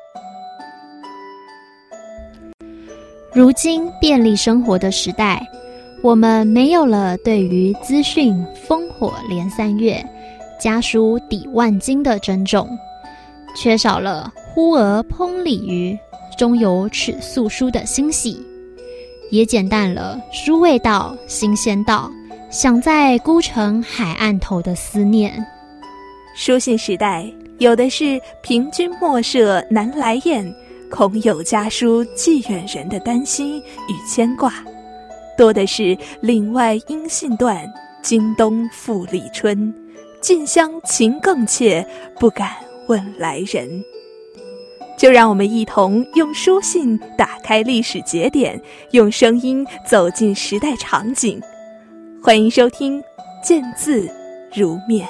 如今便利生活的时代，我们没有了对于资讯烽火连3月、家书抵万金的珍重，缺少了呼儿烹鲤鱼，中有尺素书的欣喜，也减淡了书未到新鲜到，想在孤城海岸头的思念。 书信时代，有的是平君莫涉难来雁，恐有家书寄远人的担心与牵挂，多的是岭外音信断，京东复历春，近乡情更切，不敢问来人。就让我们一同用书信打开历史节点，用声音走进时代场景。欢迎收听见字如面。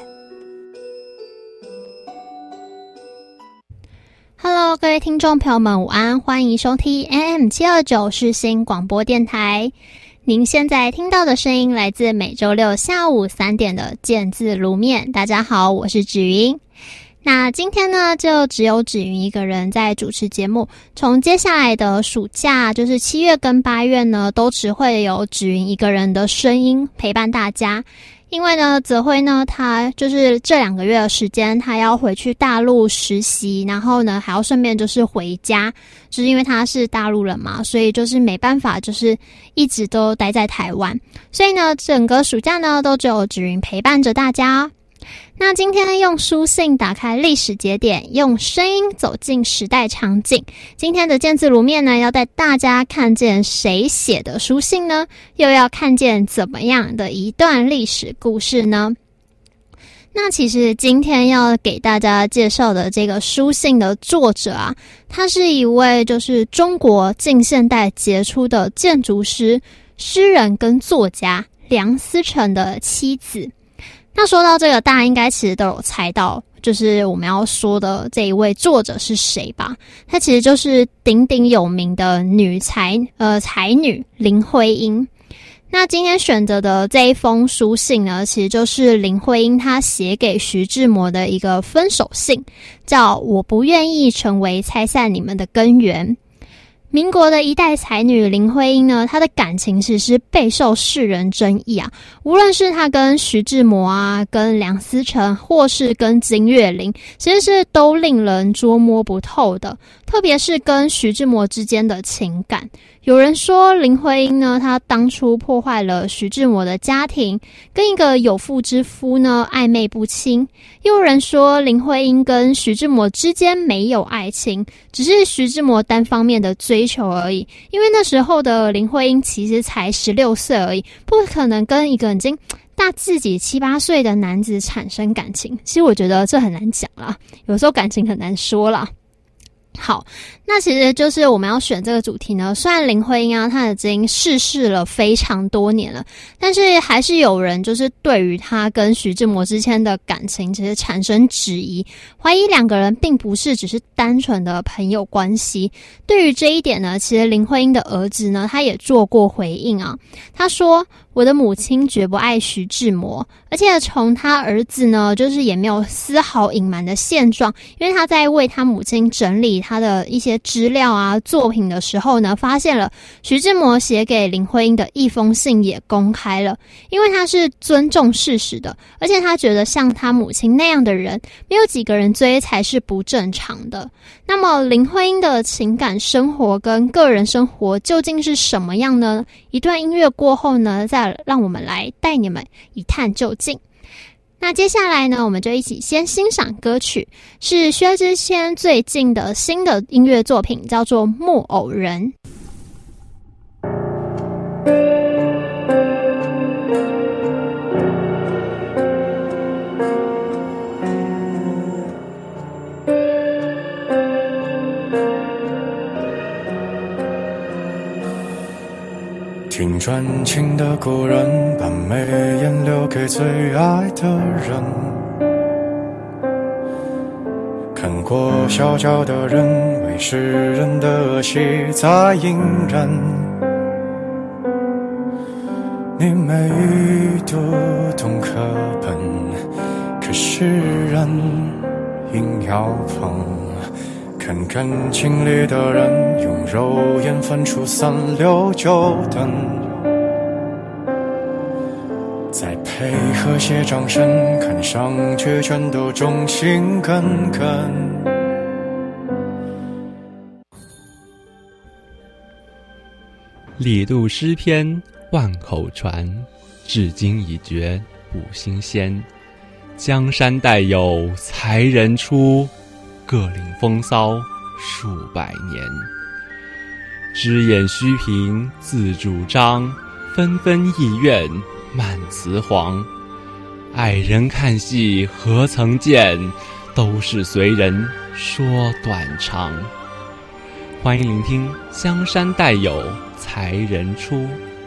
Hello， 各位听众朋友们，午安，欢迎收听 AM729 世新广播电台。您现在听到的声音来自每周六下午3点的见字如面。大家好，我是芷云。那今天呢，就只有芷云一个人在主持节目。从接下来的暑假，就是7月跟8月呢，都只会有芷云一个人的声音陪伴大家。因为呢，泽辉呢，他就是这2个月的时间，他要回去大陆实习，然后呢，还要顺便就是回家，就是因为他是大陆人嘛，所以就是没办法，就是一直都待在台湾，所以呢，整个暑假呢，都只有芷云陪伴着大家。那今天用书信打开历史节点，用声音走进时代场景。今天的见字如面呢，要带大家看见谁写的书信呢？又要看见怎么样的一段历史故事呢？那其实今天要给大家介绍的这个书信的作者啊，他是一位就是中国近现代杰出的建筑师、诗人跟作家梁思成的妻子。那说到这个，大家应该其实都有猜到，就是我们要说的这一位作者是谁吧？她其实就是鼎鼎有名的才女林徽因。那今天选择的这一封书信呢，其实就是林徽因她写给徐志摩的一个分手信，叫《我不愿意成为拆散你们的根源》。民国的一代才女林徽因呢，她的感情其实备受世人争议啊。无论是她跟徐志摩啊，跟梁思成，或是跟金岳霖，其实是都令人捉摸不透的。特别是跟徐志摩之间的情感，有人说林徽因呢，她当初破坏了徐志摩的家庭，跟一个有妇之夫呢暧昧不清。又有人说林徽因跟徐志摩之间没有爱情，只是徐志摩单方面的追求而已。因为那时候的林徽因其实才16岁而已，不可能跟一个已经大自己7、8岁的男子产生感情。其实我觉得这很难讲啦，有时候感情很难说啦。好，那其实就是我们要选这个主题呢，虽然林徽因啊她已经逝世了非常多年了，但是还是有人就是对于她跟徐志摩之间的感情其实产生质疑，怀疑2个人并不是只是单纯的朋友关系。对于这一点呢，其实林徽因的儿子呢，他也做过回应啊。他说，我的母亲绝不爱徐志摩，而且从他儿子呢，就是也没有丝毫隐瞒的现状，因为他在为他母亲整理他的一些资料啊、作品的时候呢，发现了徐志摩写给林徽因的一封信也公开了，因为他是尊重事实的，而且他觉得像他母亲那样的人，没有几个人追才是不正常的。那么林徽因的情感生活跟个人生活究竟是什么样呢？一段音乐过后呢，再让我们来带你们一探究竟。那接下来呢，我们就一起先欣赏歌曲，是薛之谦最近的新的音乐作品，叫做《木偶人》。 听专情的故人，把眉眼留给最爱的人。看过小脚的人，为世人的恶习在隐忍。你美读懂课本，可是人硬要碰，可看感情里的人用肉眼分出369等，再配合些掌声，看上去全都忠心耿耿。 李杜诗篇万口传，至今已绝不新鲜。江山代有才人出，各领风骚数百年。只眼虚凭自主张，纷纷意怨漫词黄。爱人看戏何曾见，都是随人说短长。欢迎聆听江山代有才人出。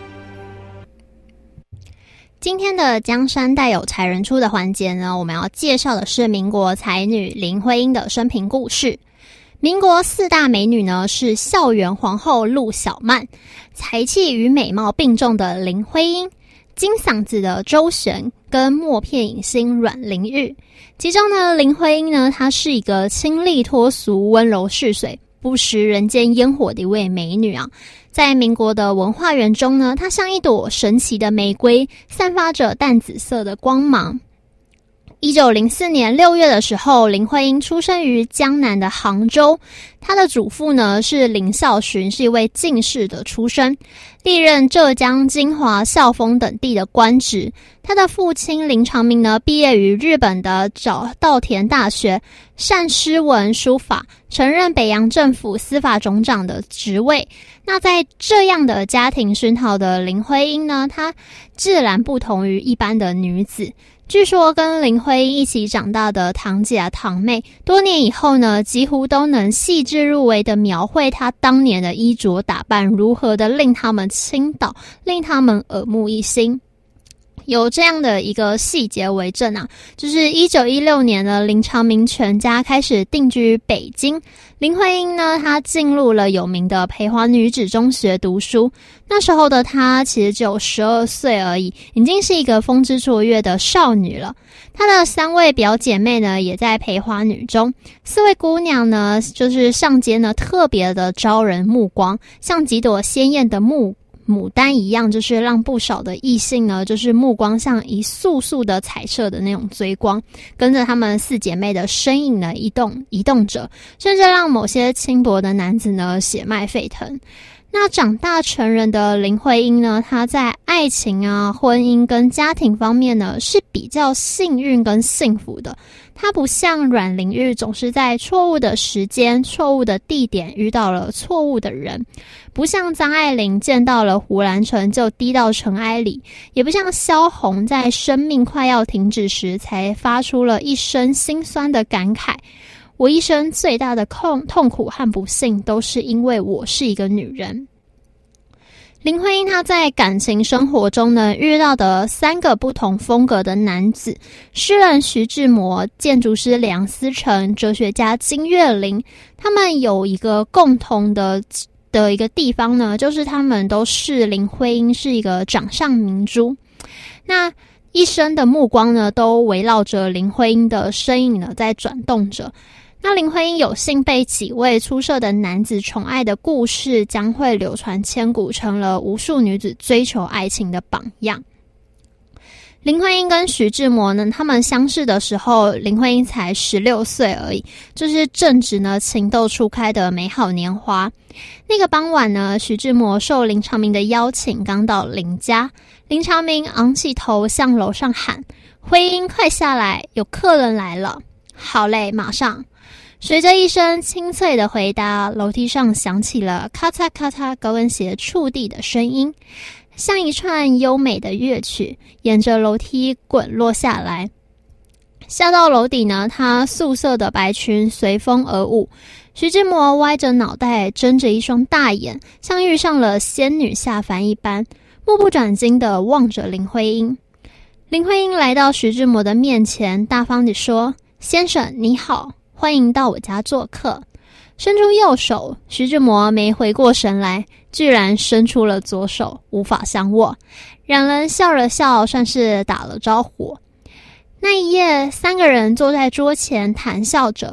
今天的江山代有才人出的环节呢，我们要介绍的是民国才女林徽因的生平故事。民国4大美女呢是校园皇后陆小曼，才气与美貌并重的林徽因，金嗓子的周璇跟默片影星阮玲玉。其中呢，林徽因呢，她是一个清丽脱俗、温柔似水、不食人间烟火的一位美女啊。在民国的文化园中呢，她像一朵神奇的玫瑰，散发着淡紫色的光芒。1904年6月的时候，林徽因出生于江南的杭州。她的祖父呢是林孝询，是一位进士的出身，历任浙江、金华、孝丰等地的官职。他的父亲林长民呢，毕业于日本的稻田大学，善诗文书法，曾任北洋政府司法总长的职位。那在这样的家庭熏陶的林徽因呢，她自然不同于一般的女子。据说跟林徽因一起长大的堂姐堂妹，多年以后呢，几乎都能细致入微的描绘她当年的衣着打扮，如何的令他们倾倒，令他们耳目一新。有这样的一个细节为证啊，就是1916年呢，林长民全家开始定居北京。林徽因呢，她进入了有名的培华女子中学读书。那时候的她其实只有12岁而已，已经是一个风姿卓越的少女了。她的3位表姐妹呢，也在培华女中。4位姑娘呢，就是上街呢特别的招人目光，像几朵鲜艳的牡丹一样，就是让不少的异性呢，就是目光像一束束的彩色的那种追光，跟着她们4姐妹的身影呢移动着，甚至让某些轻薄的男子呢血脉沸腾。那长大成人的林徽因呢，她在爱情啊、婚姻跟家庭方面呢是比较幸运跟幸福的。她不像阮玲玉总是在错误的时间、错误的地点遇到了错误的人，不像张爱玲见到了胡兰成就低到尘埃里，也不像萧红在生命快要停止时才发出了一声心酸的感慨。我一生最大的痛苦和不幸都是因为我是一个女人。林徽因她在感情生活中呢遇到的3个不同风格的男子，诗人徐志摩、建筑师梁思成、哲学家金岳霖，他们有一个共同的一个地方呢，就是他们都视林徽因是一个掌上明珠。那一生的目光呢都围绕着林徽因的身影呢在转动着。那林徽因有幸被几位出色的男子宠爱的故事将会流传千古，成了无数女子追求爱情的榜样。林徽因跟徐志摩呢，他们相识的时候，林徽因才16岁而已，就是正值呢情窦初开的美好年华。那个傍晚呢，徐志摩受林长民的邀请刚到林家，林长民昂起头向楼上喊：“徽因快下来，有客人来了。”“好嘞，马上。”随着一声清脆的回答，楼梯上响起了咔嚓咔嚓高跟鞋触地的声音，像一串优美的乐曲，沿着楼梯滚落下来。下到楼底呢，她素色的白裙随风而舞。徐志摩歪着脑袋，睁着一双大眼，像遇上了仙女下凡一般，目不转睛地望着林徽因。林徽因来到徐志摩的面前，大方地说：“先生你好，欢迎到我家做客。”伸出右手，徐志摩没回过神来，居然伸出了左手，无法相握。两人笑了笑，算是打了招呼。那一夜，3个人坐在桌前谈笑着，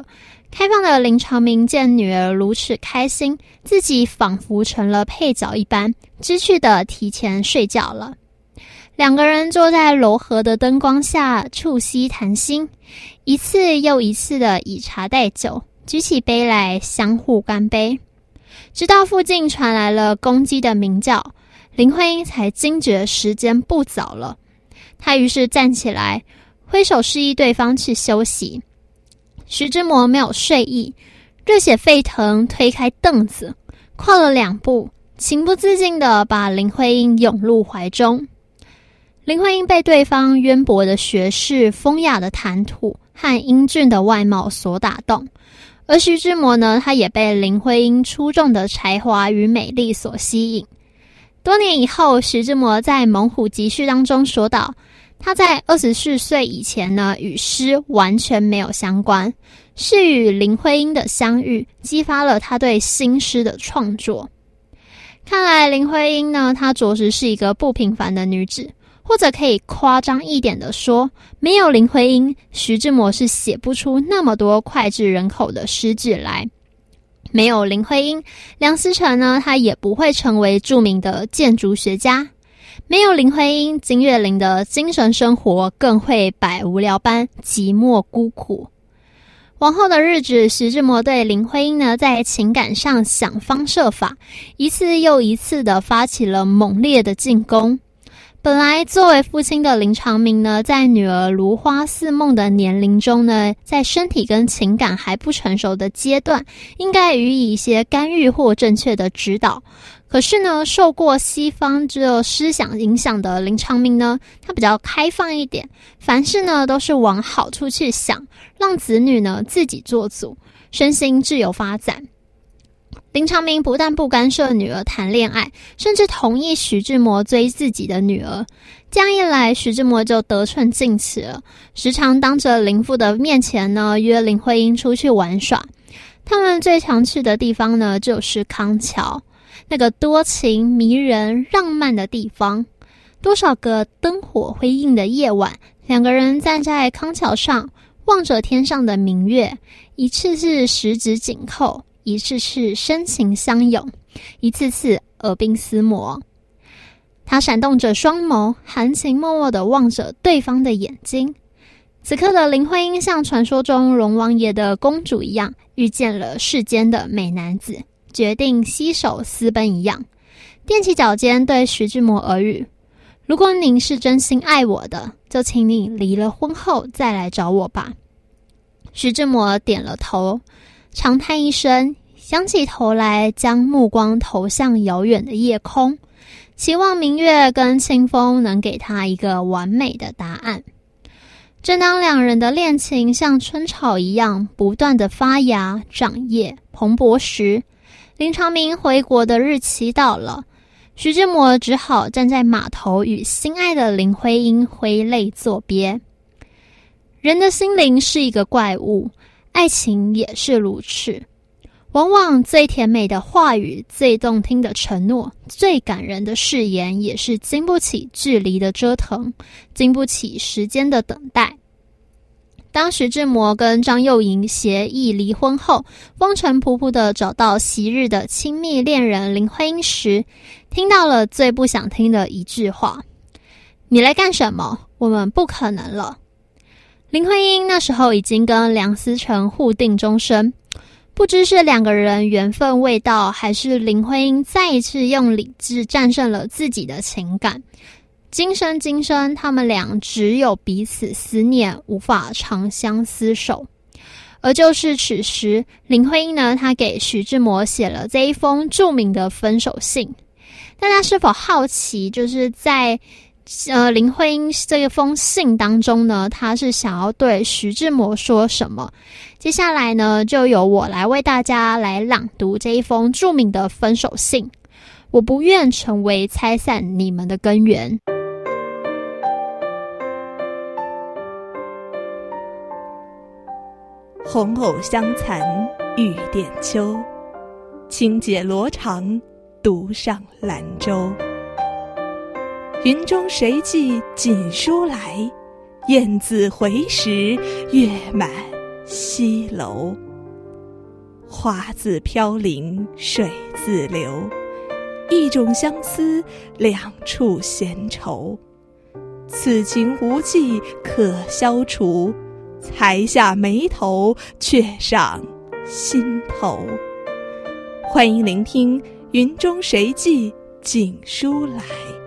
开放的林长民见女儿如此开心，自己仿佛成了配角一般，知趣地提前睡觉了。两个人坐在柔和的灯光下促膝谈心，一次又一次地以茶代酒，举起杯来相互干杯。直到附近传来了公鸡的鸣叫，林徽因才惊觉时间不早了。她于是站起来，挥手示意对方去休息。徐志摩没有睡意，热血沸腾，推开凳子，跨了2步，情不自禁地把林徽因拥入怀中。林徽因被对方渊博的学识、风雅的谈吐和英俊的外貌所打动，而徐志摩呢，他也被林徽因出众的才华与美丽所吸引。多年以后，徐志摩在《猛虎集序》当中说道，他在24岁以前呢，与诗完全没有相关，是与林徽因的相遇激发了他对新诗的创作。看来林徽因呢，她着实是一个不平凡的女子，或者可以夸张一点的说，没有林徽因，徐志摩是写不出那么多脍炙人口的诗句来。没有林徽因，梁思成呢，他也不会成为著名的建筑学家。没有林徽因，金岳霖的精神生活更会百无聊般寂寞孤苦。往后的日子，徐志摩对林徽因呢，在情感上想方设法，一次又一次地发起了猛烈的进攻。本来作为父亲的林长民呢，在女儿如花似梦的年龄中呢，在身体跟情感还不成熟的阶段，应该予以一些干预或正确的指导。可是呢，受过西方这思想影响的林长民呢，他比较开放一点，凡事呢都是往好处去想，让子女呢自己做主，身心自由发展。林长民不但不干涉女儿谈恋爱，甚至同意徐志摩追自己的女儿。这样一来，徐志摩就得寸进尺了，时常当着林父的面前呢，约林徽因出去玩耍。他们最常去的地方呢，就是康桥，那个多情迷人浪漫的地方。多少个灯火辉映的夜晚，两个人站在康桥上，望着天上的明月，一次次十指紧扣，一次次深情相拥，一次次耳鬓厮磨。他闪动着双眸，含情脉脉地望着对方的眼睛。此刻的林徽因像传说中龙王爷的公主一样，遇见了世间的美男子，决定携手私奔一样，踮起脚尖对徐志摩耳语：如果您是真心爱我的，就请你离了婚后再来找我吧。徐志摩点了头，长叹一声，仰起头来，将目光投向遥远的夜空，期望明月跟清风能给他一个完美的答案。正当两人的恋情像春草一样不断的发芽长叶蓬勃时，林长民回国的日期到了，徐志摩只好站在码头与心爱的林徽因挥泪作别。人的心灵是一个怪物，爱情也是如此。往往最甜美的话语，最动听的承诺，最感人的誓言，也是经不起距离的折腾，经不起时间的等待。当徐志摩跟张幼仪协议离婚后，风尘仆仆地找到昔日的亲密恋人林徽因时，听到了最不想听的一句话：你来干什么？我们不可能了。林徽因那时候已经跟梁思成互定终身，不知是两个人缘分未到，还是林徽因再一次用理智战胜了自己的情感。今生今生，他们俩只有彼此思念，无法长相厮守。而就是此时，林徽因呢，她给徐志摩写了这一封著名的分手信。大家是否好奇，就是在林徽因这封信当中呢，她是想要对徐志摩说什么？接下来呢，就由我来为大家来朗读这一封著名的分手信。我不愿成为拆散你们的根源。 红藕香残玉簟秋，轻解罗裳独上兰舟。云中谁寄锦书来？雁字回时，月满西楼。 花自飘零水自流，一种相思，两处闲愁。此情无计可消除，才下眉头，却上心头。欢迎聆听《云中谁寄锦书来》。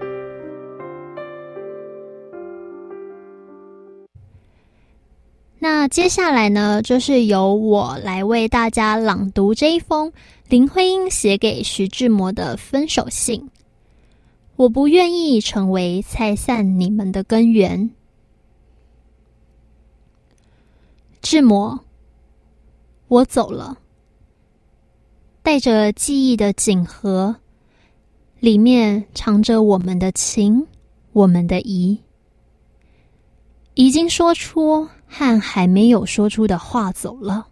那接下来呢，就是由我来为大家朗读这一封林徽因写给徐志摩的分手信。我不愿意成为拆散你们的根源。志摩，我走了，带着记忆的锦盒，里面藏着我们的情，我们的谊，已经说出和还没有说出的话走了。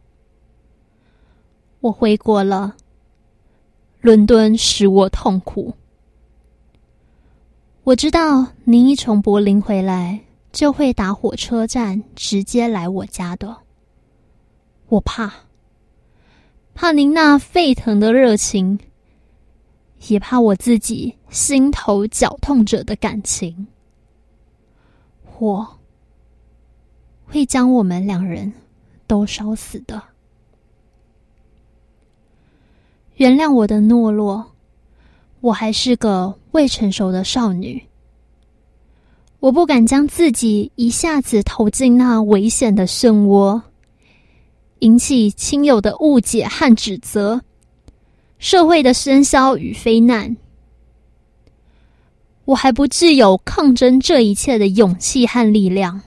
我回国了，伦敦使我痛苦。我知道您一从柏林回来，就会打火车站直接来我家的。我怕您那沸腾的热情，也怕我自己心头绞痛着的感情。火会将我们两人都烧死的。原谅我的懦弱，我还是个未成熟的少女。我不敢将自己一下子投进那危险的漩涡，引起亲友的误解和指责，社会的喧嚣与非难。我还不具有抗争这一切的勇气和力量。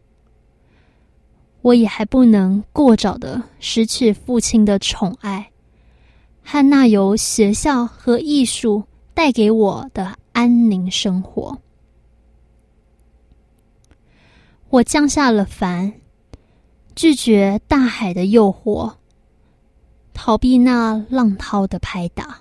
我也还不能过早的失去父亲的宠爱，和那由学校和艺术带给我的安宁生活。我降下了帆，拒绝大海的诱惑，逃避那浪涛的拍打。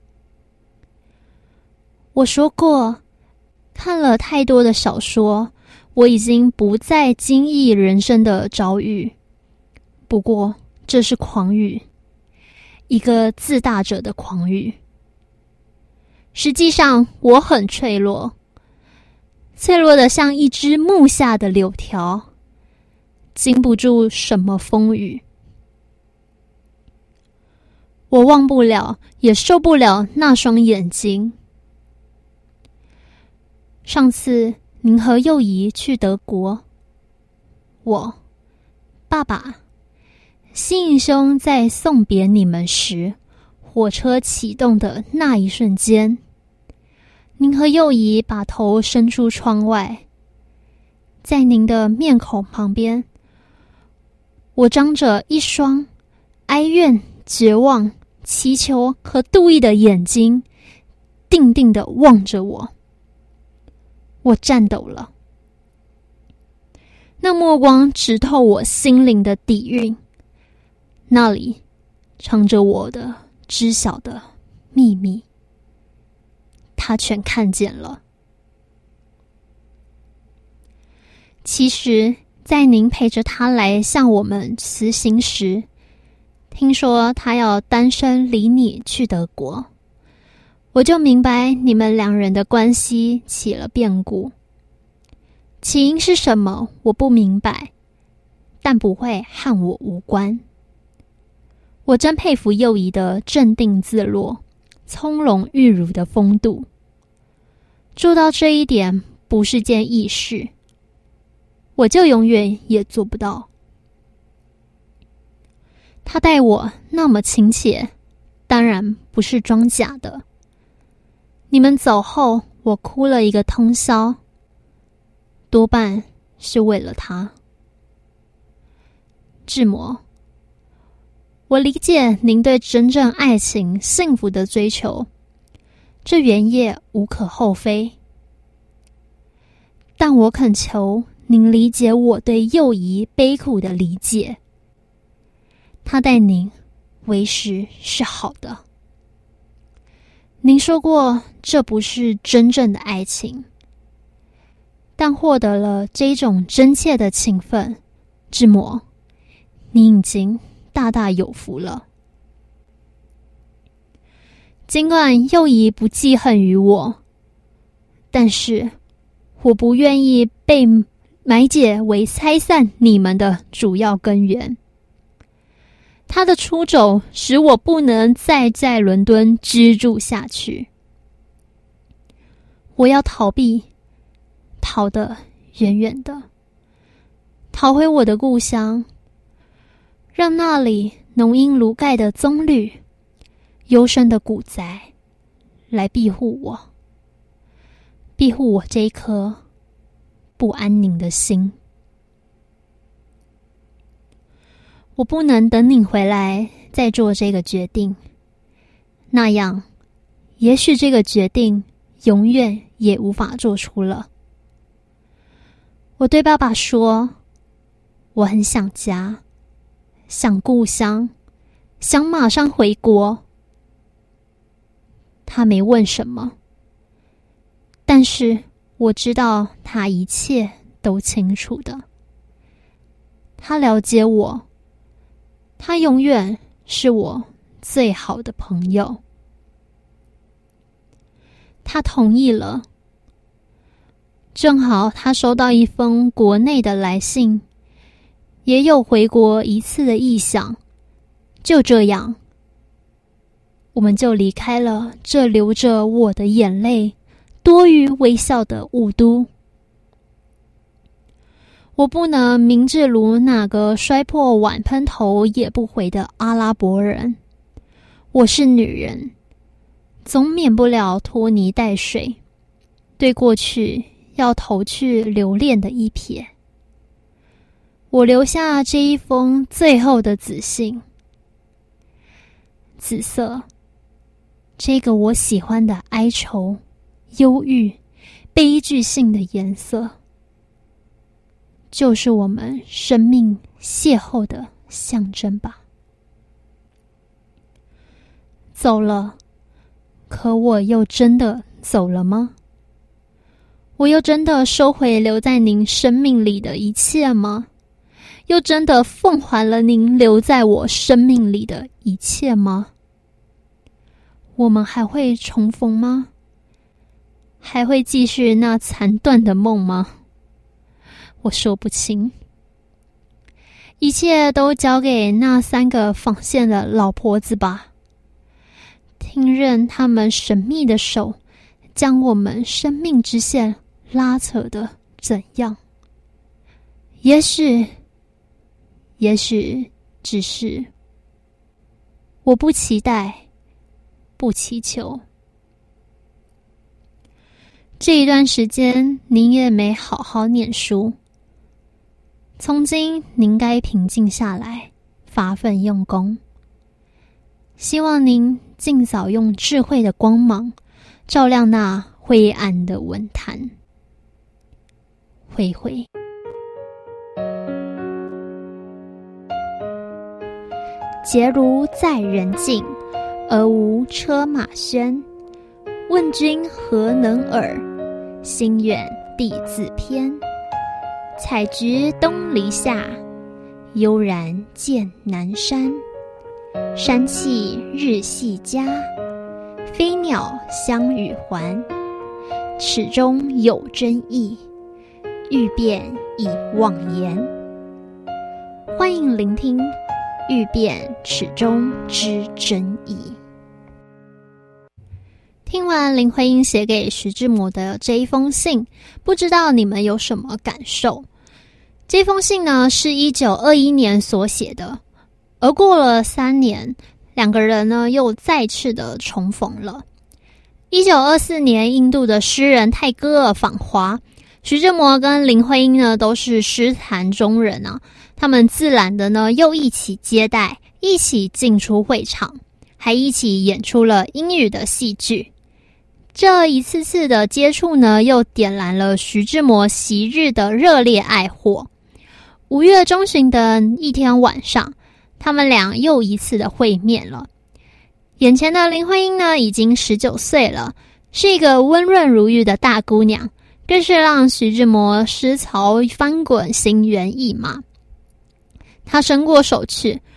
我说过，看了太多的小说，我已经不再惊异人生的遭遇。不过，这是狂语，一个自大者的狂语。实际上，我很脆弱，脆弱的像一只木下的柳条，经不住什么风雨。我忘不了，也受不了那双眼睛。上次您和幼仪去德国，我、爸爸、新颖兄在送别你们时，火车启动的那一瞬间，您和幼仪把头伸出窗外，在您的面孔旁边，我张着一双哀怨、绝望、祈求和妒意的眼睛，定定地望着我。我颤抖了，那目光直透我心灵的底蕴，那里藏着我的知晓的秘密，他全看见了。其实，在您陪着他来向我们辞行时，听说他要单身离你去德国，我就明白你们两人的关系起了变故。起因是什么，我不明白，但不会和我无关。我真佩服幼仪的镇定自若、从容玉如的风度。做到这一点不是件易事，我就永远也做不到。他待我那么亲切，当然不是装假的。你们走后，我哭了一个通宵，多半是为了他。志摩，我理解您对真正爱情、幸福的追求，这原也无可厚非。但我恳求您理解我对幼仪悲苦的理解。他待您为时是好的。您说过这不是真正的爱情，但获得了这种真切的情分，志摩，你已经大大有福了。尽管幼仪不记恨于我，但是我不愿意被埋解为拆散你们的主要根源。他的出走使我不能再在伦敦居住下去。我要逃避，逃得远远的，逃回我的故乡，让那里浓荫如盖的棕榈、幽深的古宅来庇护我，庇护我这一颗不安宁的心。我不能等你回来再做这个决定，那样也许这个决定永远也无法做出了。我对爸爸说，我很想家，想故乡，想马上回国。他没问什么，但是我知道他一切都清楚的。他了解我，他永远是我最好的朋友。他同意了。正好他收到一封国内的来信，也有回国一次的意向。就这样，我们就离开了这流着我的眼泪、多于微笑的雾都。我不能明智如哪个摔破碗喷头也不回的阿拉伯人。我是女人，总免不了拖泥带水，对过去要投去留恋的一瞥。我留下这一封最后的紫信，紫色，这个我喜欢的哀愁、忧郁、悲剧性的颜色，就是我们生命邂逅的象征吧。走了，可我又真的走了吗？我又真的收回留在您生命里的一切吗？又真的奉还了您留在我生命里的一切吗？我们还会重逢吗？还会继续那残断的梦吗？我说不清。一切都交给那3个纺线的老婆子吧，听任他们神秘的手将我们生命之线拉扯得怎样。也许只是我不期待，不祈求。这一段时间您也没好好念书，从今您该平静下来，发奋用功。希望您尽早用智慧的光芒照亮那灰暗的文坛。慧慧。结如在人境，而无车马喧。问君何能尔？心远地自偏。采菊东篱下，悠然见南山。山气日夕佳，飞鸟相与还。此中有真意，欲辨已忘言。欢迎聆听欲辨此中之真意。听完林徽因写给徐志摩的这一封信，不知道你们有什么感受？这封信呢，是1921年所写的，而过了3年，两个人呢又再次的重逢了。1924年，印度的诗人泰戈尔访华，徐志摩跟林徽因呢都是诗坛中人啊，他们自然的呢又一起接待，一起进出会场，还一起演出了英语的戏剧。这一次次的接触呢，又点燃了徐志摩昔日的热烈爱火。5月中旬的一天晚上，他们俩又一次的会面了。眼前的林徽因呢，已经19岁了，是一个温润如玉的大姑娘，更是让徐志摩思潮翻滚，心猿意马。他伸过手去，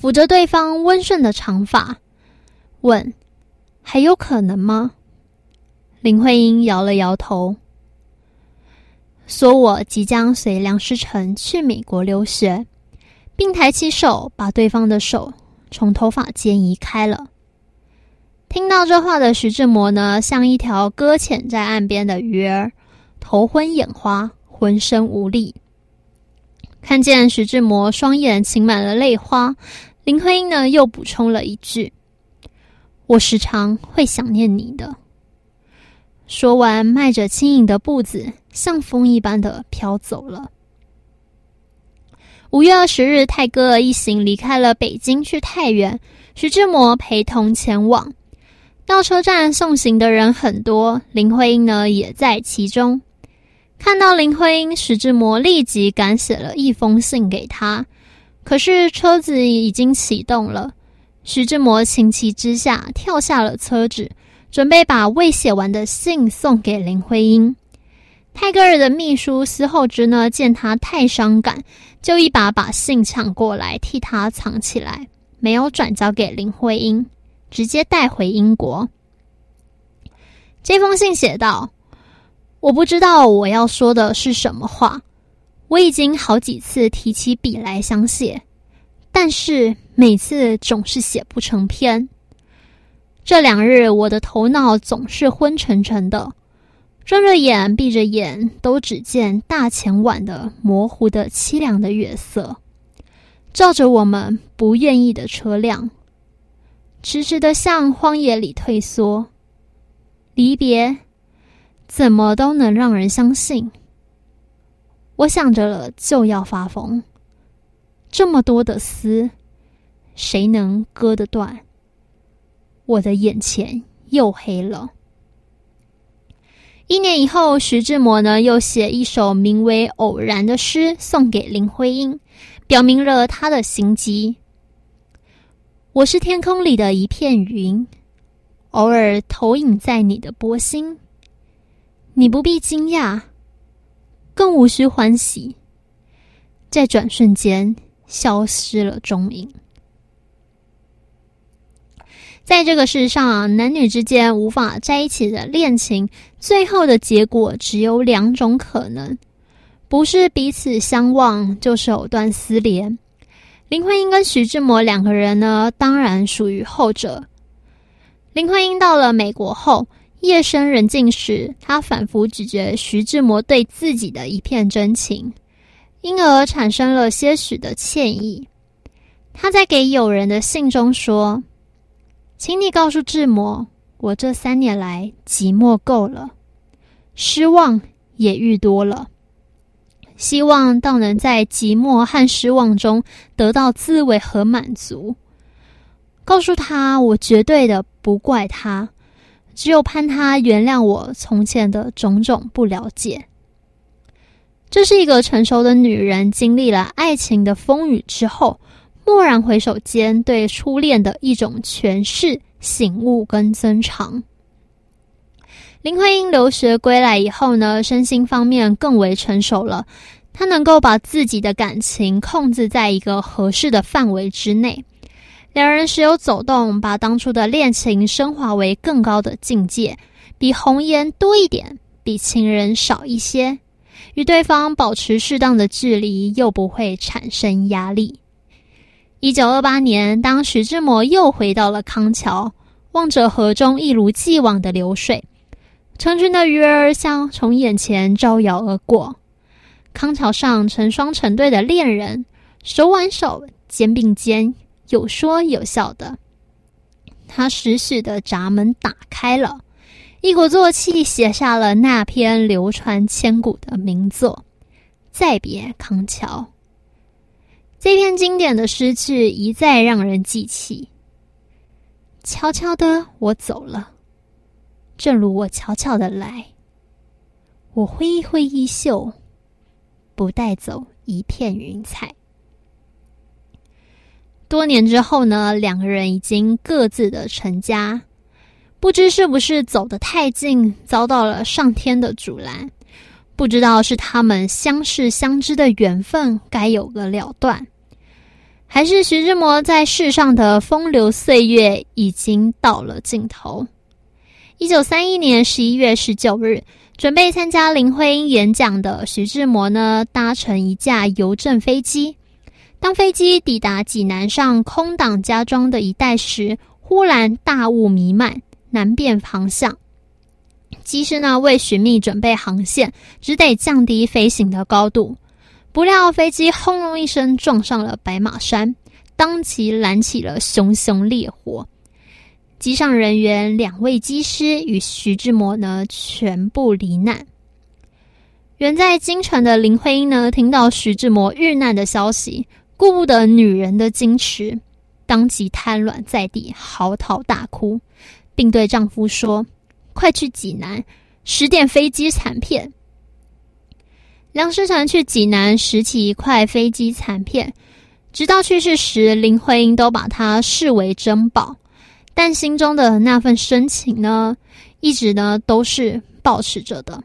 抚着对方温顺的长发，问：还有可能吗？林徽因摇了摇头，说我即将随梁思成去美国留学，并抬起手把对方的手从头发间移开了。听到这话的徐志摩呢，像一条搁浅在岸边的鱼儿，头昏眼花，浑身无力。看见徐志摩双眼噙满了泪花，林徽因呢又补充了一句：我时常会想念你的。说完，迈着轻盈的步子，像风一般的飘走了。5月20日，泰戈尔一行离开了北京去太原，徐志摩陪同前往。到车站送行的人很多，林徽因呢也在其中。看到林徽因，徐志摩立即赶写了一封信给她。可是车子已经启动了，徐志摩情急之下跳下了车子，准备把未写完的信送给林徽因。泰戈尔的秘书司后之呢，见他太伤感，就一把把信抢过来，替他藏起来，没有转交给林徽因，直接带回英国。这封信写道：我不知道我要说的是什么话，我已经好几次提起笔来想写，但是每次总是写不成篇。这2日我的头脑总是昏沉沉的，睁着眼闭着眼都只见大前晚的模糊的凄凉的月色，照着我们不愿意的车辆，迟迟的向荒野里退缩。离别怎么都能让人相信。我想着了就要发疯，这么多的丝，谁能割得断？我的眼前又黑了。1年以后，徐志摩呢又写一首名为《偶然》的诗送给林徽因，表明了他的心迹。我是天空里的一片云，偶尔投影在你的波心，你不必惊讶，更无需欢喜，在转瞬间消失了踪影。在这个世上，男女之间无法在一起的恋情，最后的结果只有2种可能，不是彼此相忘，就是藕断丝连。林徽因跟徐志摩2个人呢，当然属于后者。林徽因到了美国后，夜深人静时，她反复咀嚼徐志摩对自己的一片真情，因而产生了些许的歉意。她在给友人的信中说：请你告诉志摩，我这3年来寂寞够了，失望也愈多了，希望倒能在寂寞和失望中得到滋味和满足。告诉他，我绝对的不怪他，只有盼他原谅我从前的种种不了解。这是一个成熟的女人经历了爱情的风雨之后，蓦然回首间对初恋的一种诠释、醒悟跟增长。林徽因留学归来以后呢，身心方面更为成熟了，她能够把自己的感情控制在一个合适的范围之内。2人时有走动，把当初的恋情升华为更高的境界，比红颜多一点，比情人少一些，与对方保持适当的距离，又不会产生压力。1928年，当徐志摩又回到了康桥，望着河中一如既往的流水，成群的鱼儿像从眼前招摇而过。康桥上成双成对的恋人，手挽手，肩并肩，有说有笑的。他识许的闸门打开了，一鼓作气写下了那篇流传千古的名作《再别康桥》。这篇经典的诗句一再让人记起。悄悄的我走了，正如我悄悄的来，我挥一挥衣袖，不带走一片云彩。多年之后呢，2个人已经各自的成家，不知是不是走得太近，遭到了上天的阻拦，不知道是他们相识相知的缘分该有个了断， 还是徐志摩在世上的风流岁月已经到了尽头。1931年11月19日，准备参加林徽因演讲的徐志摩呢，搭乘一架邮政飞机。当飞机抵达济南上空档加装的一带时，忽然大雾弥漫，难辨方向。机师呢为寻觅准备航线，只得降低飞行的高度。不料飞机轰隆一声撞上了白马山，当即燃起了熊熊烈火。机上人员2位机师与徐志摩呢全部罹难。远在京城的林徽因呢，听到徐志摩遇难的消息，顾不得女人的矜持，当即瘫软在地，嚎啕大哭，并对丈夫说：“快去济南拾点飞机残片。”梁思成去济南拾起一块飞机残片，直到去世时，林徽因都把它视为珍宝。但心中的那份深情呢，一直呢都是保持着的。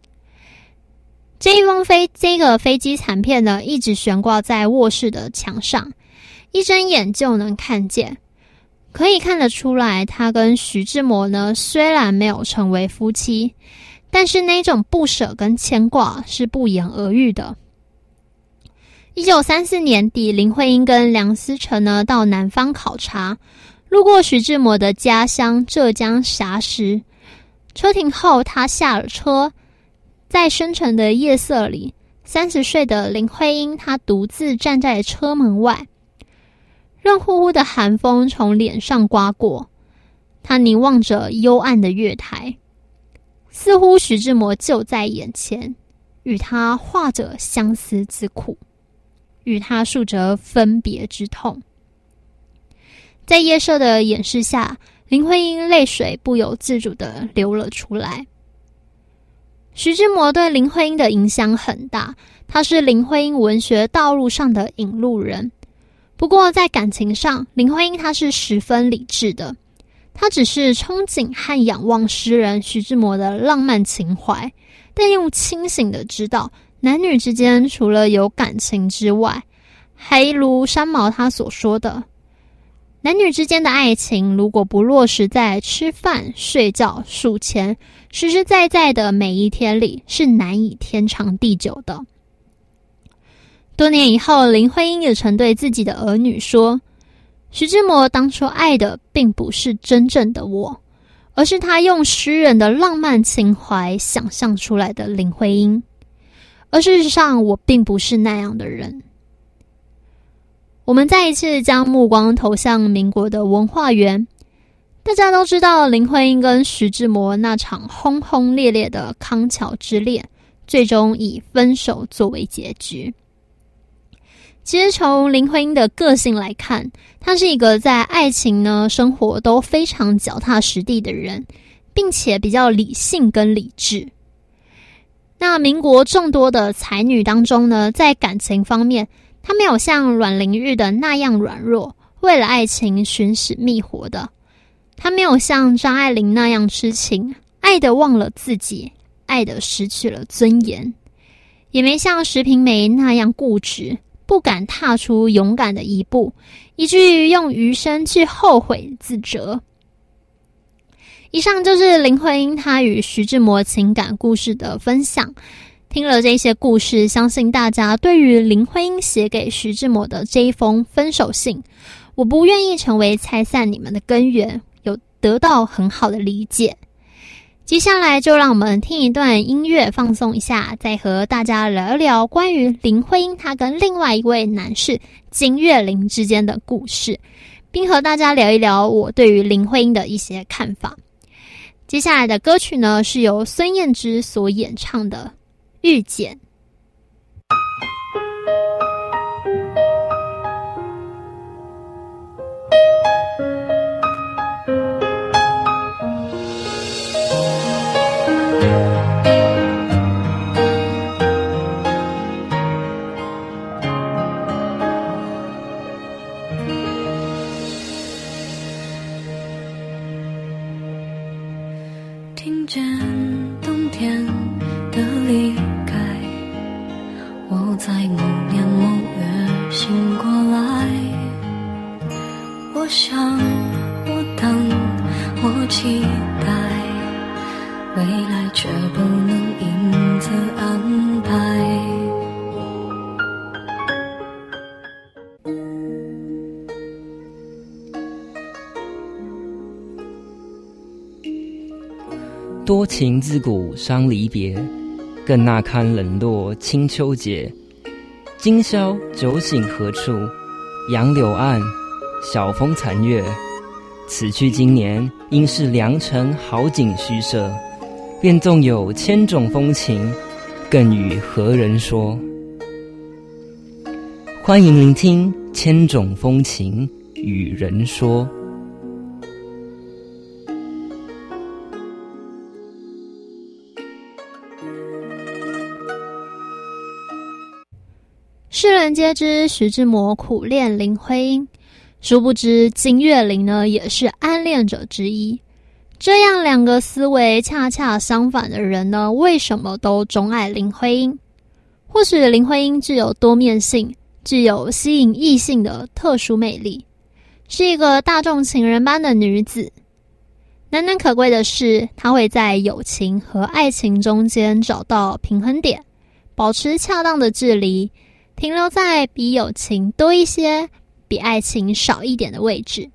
这个飞机残片呢，一直悬挂在卧室的墙上，一睁眼就能看见。可以看得出来，他跟徐志摩呢，虽然没有成为夫妻，但是那种不舍跟牵挂是不言而喻的。1934年底，林徽因跟梁思成呢到南方考察，路过徐志摩的家乡浙江霞石。车停后，他下了车，在深沉的夜色里，30岁的林徽因她独自站在车门外，热乎乎的寒风从脸上刮过，她凝望着幽暗的月台，似乎徐志摩就在眼前，与她画着相思之苦，与她诉着分别之痛。在夜色的掩饰下，林徽因泪水不由自主地流了出来。徐志摩对林徽因的影响很大，他是林徽因文学道路上的引路人。不过在感情上，林徽因她是十分理智的，她只是憧憬和仰望诗人徐志摩的浪漫情怀，但又清醒地知道男女之间除了有感情之外，还如三毛他所说的，男女之间的爱情如果不落实在吃饭、睡觉、数钱，实实在在的每一天里，是难以天长地久的。多年以后，林徽因也曾对自己的儿女说，徐志摩当初爱的并不是真正的我，而是他用诗人的浪漫情怀想象出来的林徽因。而事实上，我并不是那样的人。我们再一次将目光投向民国的文化园。大家都知道林徽因跟徐志摩那场轰轰烈烈的康桥之恋，最终以分手作为结局。其实从林徽因的个性来看，她是一个在爱情呢、生活都非常脚踏实地的人，并且比较理性跟理智。那民国众多的才女当中呢，在感情方面，她没有像阮玲玉的那样软弱，为了爱情寻死觅活的。她没有像张爱玲那样痴情，爱得忘了自己，爱得失去了尊严。也没像石平梅那样固执，不敢踏出勇敢的一步，以至于用余生去后悔自责。以上就是林徽因她与徐志摩情感故事的分享。听了这些故事，相信大家对于林徽因写给徐志摩的这一封分手信，我不愿意成为拆散你们的根源，有得到很好的理解。接下来就让我们听一段音乐放松一下，再和大家聊一聊关于林徽因她跟另外一位男士金岳霖之间的故事，并和大家聊一聊我对于林徽因的一些看法。接下来的歌曲呢，是由孙燕姿所演唱的《遇见》。 听见冬天的离开，我在某年某月醒过来， 想，我等，我期待，未来却不能因此安排。 多情自古伤离别，更那堪冷落清秋节。今宵酒醒何处？杨柳岸，晓风残月。此去经年，应是良辰好景虚设。便纵有千种风情，更与何人说？欢迎聆听《千种风情与人说》。 世人皆知徐志摩苦恋林徽因，殊不知金岳霖呢也是暗恋者之一。这样两个思维恰恰相反的人呢，为什么都钟爱林徽因？或许林徽因具有多面性，具有吸引异性的特殊魅力，是一个大众情人般的女子。难能可贵的是，她会在友情和爱情中间找到平衡点，保持恰当的距离，停留在比友情多一些，比爱情少一点的位置。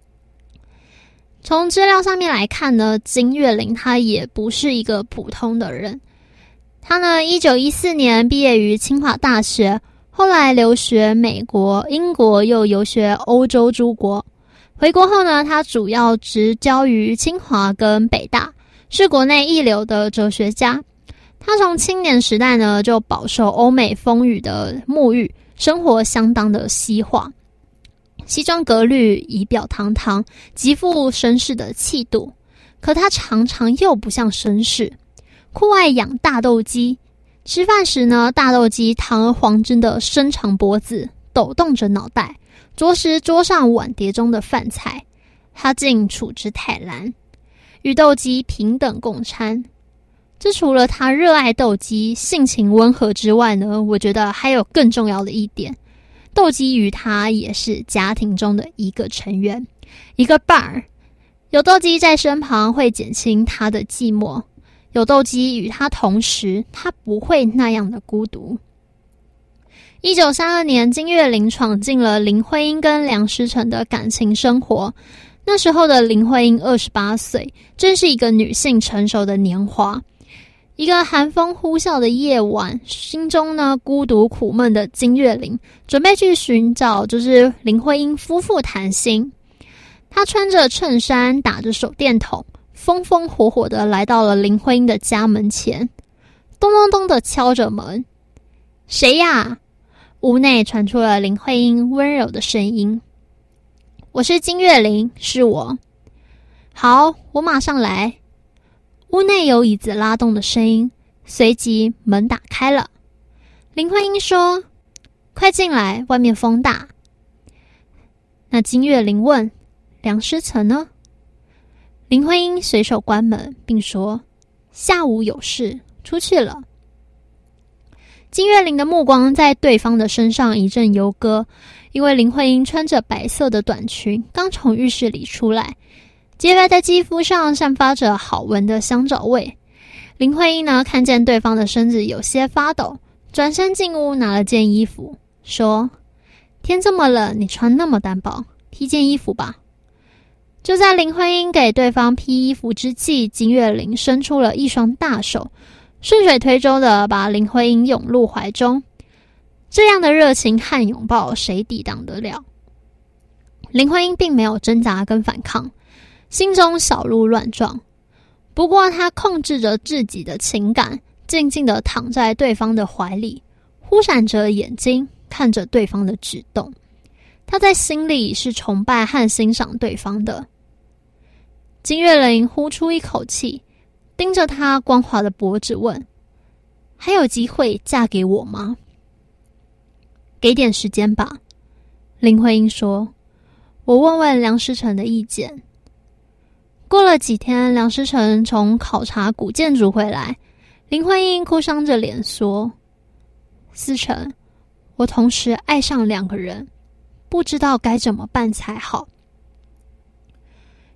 从资料上面来看呢，金岳霖他也不是一个普通的人。他呢，1914年毕业于清华大学，后来留学美国、英国，又游学欧洲诸国。回国后呢，他主要执教于清华跟北大，是国内一流的哲学家。他从青年时代呢就饱受欧美风雨的沐浴，生活相当的西化，西装革履，仪表堂堂，极富绅士的气度。可他常常又不像绅士，酷爱养大斗鸡。吃饭时呢，大斗鸡堂而皇之的伸长脖子，抖动着脑袋，啄食桌上碗碟中的饭菜，他竟处之泰然，与斗鸡平等共餐。这除了他热爱斗鸡、性情温和之外呢，我觉得还有更重要的一点，斗鸡与他也是家庭中的一个成员，一个伴儿。有斗鸡在身旁会减轻他的寂寞，有斗鸡与他同时，他不会那样的孤独。1932年，金岳霖闯进了林徽因跟梁思成的感情生活。那时候的林徽因28岁，正是一个女性成熟的年华。一个寒风呼啸的夜晚，心中呢孤独苦闷的金岳霖准备去寻找就是林徽因夫妇谈心。他穿着衬衫，打着手电筒，风风火火的来到了林徽因的家门前，咚咚咚的敲着门。谁呀？屋内传出了林徽因温柔的声音。我是金岳霖，是我。好，我马上来。屋内有椅子拉动的声音，随即门打开了。林徽因说：快进来，外面风大。那金岳霖问：梁思成呢？林徽因随手关门，并说：下午有事，出去了。金岳霖的目光在对方的身上一阵游歌，因为林徽因穿着白色的短裙，刚从浴室里出来，洁白的肌肤上散发着好闻的香皂味。林徽因呢，看见对方的身子有些发抖，转身进屋拿了件衣服，说：天这么冷，你穿那么单薄，披件衣服吧。就在林徽因给对方披衣服之际，金岳霖伸出了一双大手，顺水推舟的把林徽因拥入怀中。这样的热情和拥抱，谁抵挡得了？林徽因并没有挣扎跟反抗，心中小鹿乱撞。不过她控制着自己的情感，静静地躺在对方的怀里，忽闪着眼睛看着对方的举动。她在心里是崇拜和欣赏对方的。金岳霖呼出一口气，盯着她光滑的脖子问：还有机会嫁给我吗？给点时间吧。林徽因说：我问问梁思成的意见。过了几天，梁思成从考察古建筑回来，林徽因哭丧着脸说：思成，我同时爱上2个人，不知道该怎么办才好。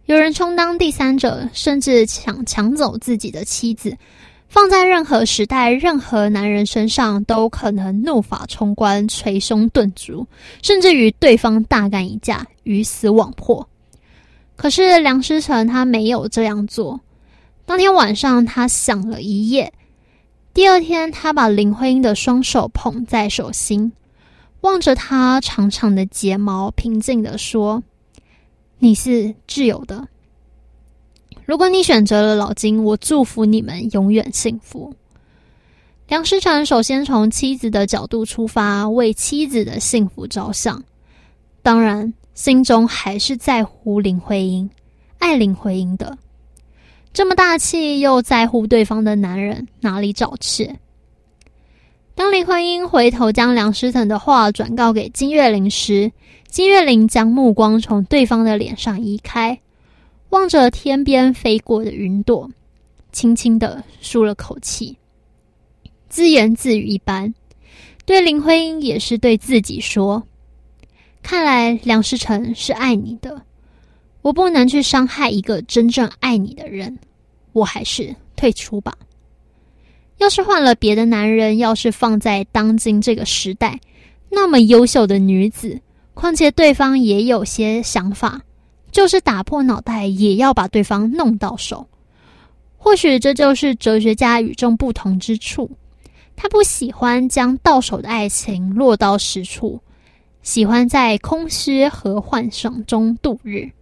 有人充当第三者，甚至抢走自己的妻子，放在任何时代任何男人身上都可能怒发冲冠，捶胸顿足，甚至与对方大干一架，鱼死网破。可是梁思成他没有这样做。当天晚上他想了一夜，第二天他把林徽因的双手捧在手心，望着她长长的睫毛，平静地说：你是自由的，如果你选择了老金，我祝福你们永远幸福。梁思成首先从妻子的角度出发，为妻子的幸福着想，当然心中还是在乎林徽因，爱林徽因的。这么大气又在乎对方的男人哪里找去？当林徽因回头将梁思成的话转告给金岳霖时，金岳霖将目光从对方的脸上移开，望着天边飞过的云朵，轻轻地舒了口气，自言自语一般，对林徽因也是对自己说：看来梁思成是爱你的，我不能去伤害一个真正爱你的人，我还是退出吧。要是换了别的男人，要是放在当今这个时代，那么优秀的女子，况且对方也有些想法，就是打破脑袋也要把对方弄到手。或许这就是哲学家与众不同之处，他不喜欢将到手的爱情落到实处，喜欢在空虚和幻想中度日。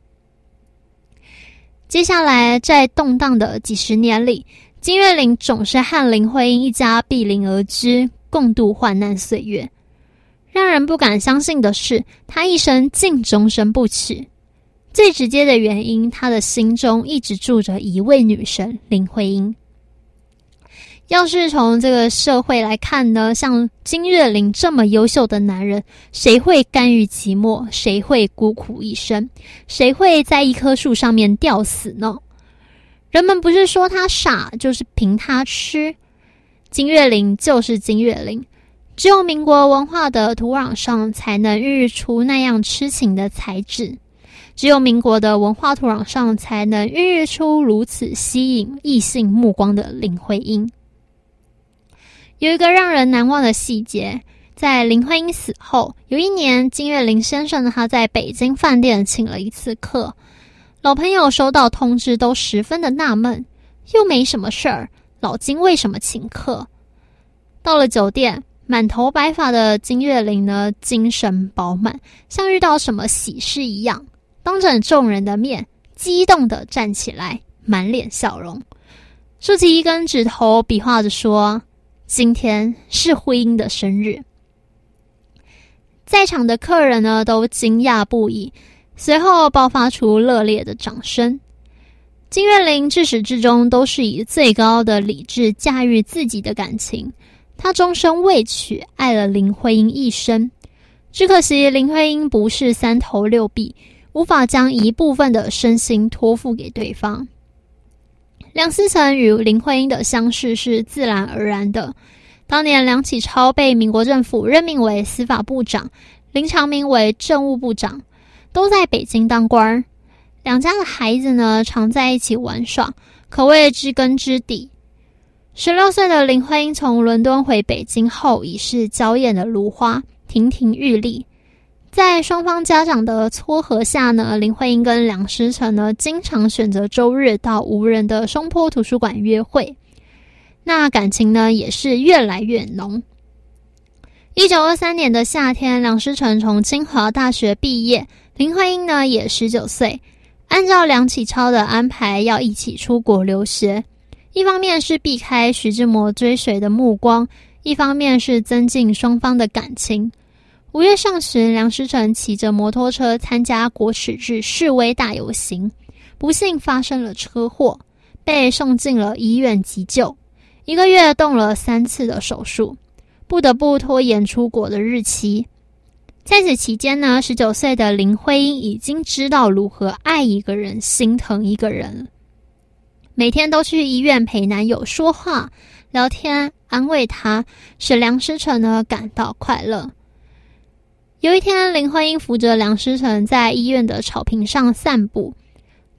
接下来在动荡的几十年里，金岳霖总是和林徽因一家毗邻而居，共度患难岁月。让人不敢相信的是，他一生竟终身不娶。最直接的原因，他的心中一直住着一位女神林徽因。要是从这个社会来看呢，像金岳霖这么优秀的男人，谁会甘于寂寞？谁会孤苦一生？谁会在一棵树上面吊死呢？人们不是说他傻，就是凭他吃。金岳霖就是金岳霖，只有民国文化的土壤上才能孕育出那样痴情的才智，只有民国的文化土壤上才能孕育出如此吸引异性目光的林徽因。有一个让人难忘的细节，在林徽因死后，有一年金岳霖先生他在北京饭店请了一次客，老朋友收到通知都十分的纳闷，又没什么事儿，老金为什么请客？到了酒店，满头白发的金岳霖呢，精神饱满，像遇到什么喜事一样，当着众人的面激动地站起来，满脸笑容，竖起一根指头，比划着说：今天是徽因的生日。在场的客人呢都惊讶不已，随后爆发出热烈的掌声。金岳霖自始至终都是以最高的理智驾驭自己的感情，他终身未娶，爱了林徽因一生。只可惜林徽因不是三头六臂，无法将一部分的身心托付给对方。梁思成与林徽因的相识是自然而然的。当年梁启超被民国政府任命为司法部长，林长民为政务部长，都在北京当官。两家的孩子呢，常在一起玩耍，可谓知根知底。16岁的林徽因从伦敦回北京后，已是娇艳的如花，亭亭玉立。在双方家长的撮合下呢，林徽因跟梁思成呢，经常选择周日到无人的松坡图书馆约会。那感情呢，也是越来越浓。1923年的夏天，梁思成从清华大学毕业，林徽因呢也19岁。按照梁启超的安排，要一起出国留学。一方面是避开徐志摩追随的目光，一方面是增进双方的感情。5月上旬，梁思成骑着摩托车参加国耻日示威大游行，不幸发生了车祸，被送进了医院急救，1个月动了3次的手术，不得不拖延出国的日期。在此期间呢，19岁的林徽因已经知道如何爱一个人，心疼一个人了。每天都去医院陪男友说话、聊天，安慰他，使梁思成呢感到快乐。有一天，林徽因扶着梁思成在医院的草坪上散步，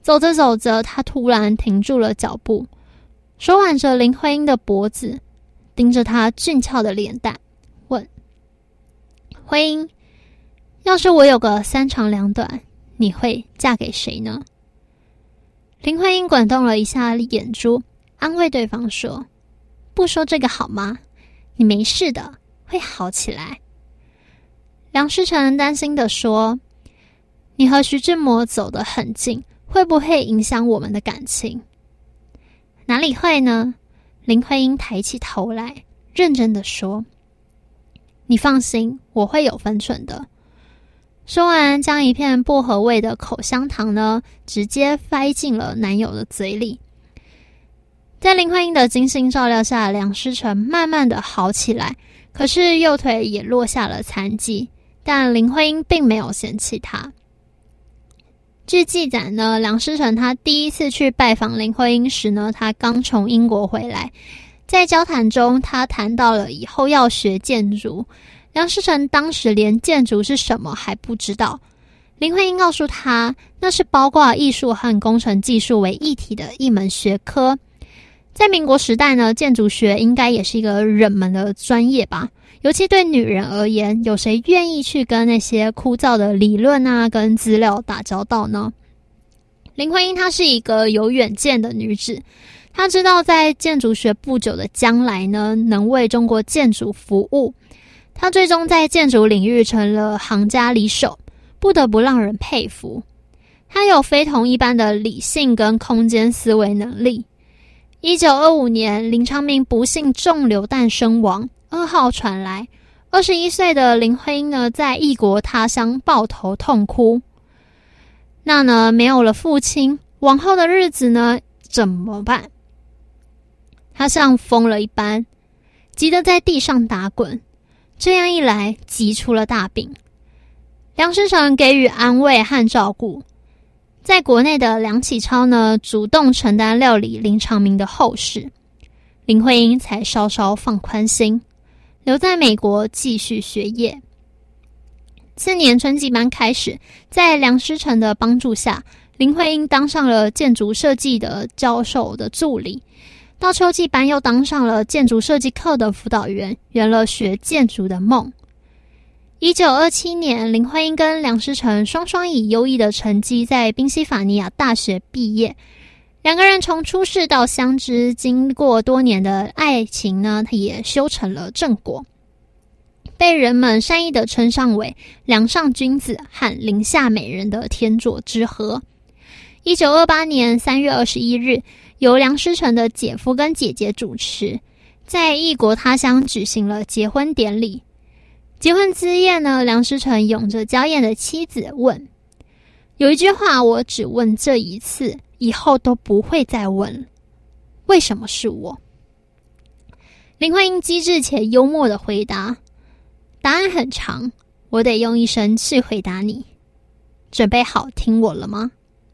走着走着，他突然停住了脚步，手挽着林徽因的脖子，盯着她俊俏的脸蛋，问：徽因，要是我有个3长2短，你会嫁给谁呢？林徽因滚动了一下眼珠，安慰对方说：不说这个好吗？你没事的，会好起来。梁思成担心地说：你和徐志摩走得很近，会不会影响我们的感情？哪里会呢？林徽因抬起头来，认真地说：你放心，我会有分寸的。说完，将一片薄荷味的口香糖呢，直接塞进了男友的嘴里。在林徽因的精心照料下，梁思成慢慢的好起来，可是右腿也落下了残疾，但林徽因并没有嫌弃他。据记载呢，梁思成他第一次去拜访林徽因时呢，他刚从英国回来，在交谈中他谈到了以后要学建筑。梁思成当时连建筑是什么还不知道，林徽因告诉他，那是包括艺术和工程技术为一体的一门学科。在民国时代呢，建筑学应该也是一个冷门的专业吧，尤其对女人而言，有谁愿意去跟那些枯燥的理论啊跟资料打交道呢？林徽因她是一个有远见的女子，她知道在建筑学不久的将来呢，能为中国建筑服务。她最终在建筑领域成了行家里手，不得不让人佩服。她有非同一般的理性跟空间思维能力。1925年，林昌明不幸中流弹身亡，噩耗传来。21岁的林徽因呢，在异国他乡抱头痛哭。那呢，没有了父亲，往后的日子呢，怎么办？他像疯了一般，急得在地上打滚。这样一来，急出了大病。梁思成给予安慰和照顾。在国内的梁启超呢，主动承担料理林长民的后事，林徽因才稍稍放宽心，留在美国继续学业。次年春季班开始，在梁思成的帮助下，林徽因当上了建筑设计的教授的助理，到秋季班又当上了建筑设计课的辅导员，圆了学建筑的梦。1927年，林徽因跟梁思成双双以优异的成绩在宾夕法尼亚大学毕业。两个人从初识到相知，经过多年的爱情呢，他也修成了正果，被人们善意地称上为梁上君子和林下美人的天作之合。1928年3月21日，由梁思成的姐夫跟姐姐主持，在异国他乡举行了结婚典礼。结婚之夜呢，梁思成拥着娇艳的妻子问：有一句话我只问这一次，以后都不会再问，为什么是我？林徽因机智且幽默地回答：答案很长，我得用一生去回答你。准备好听我了吗？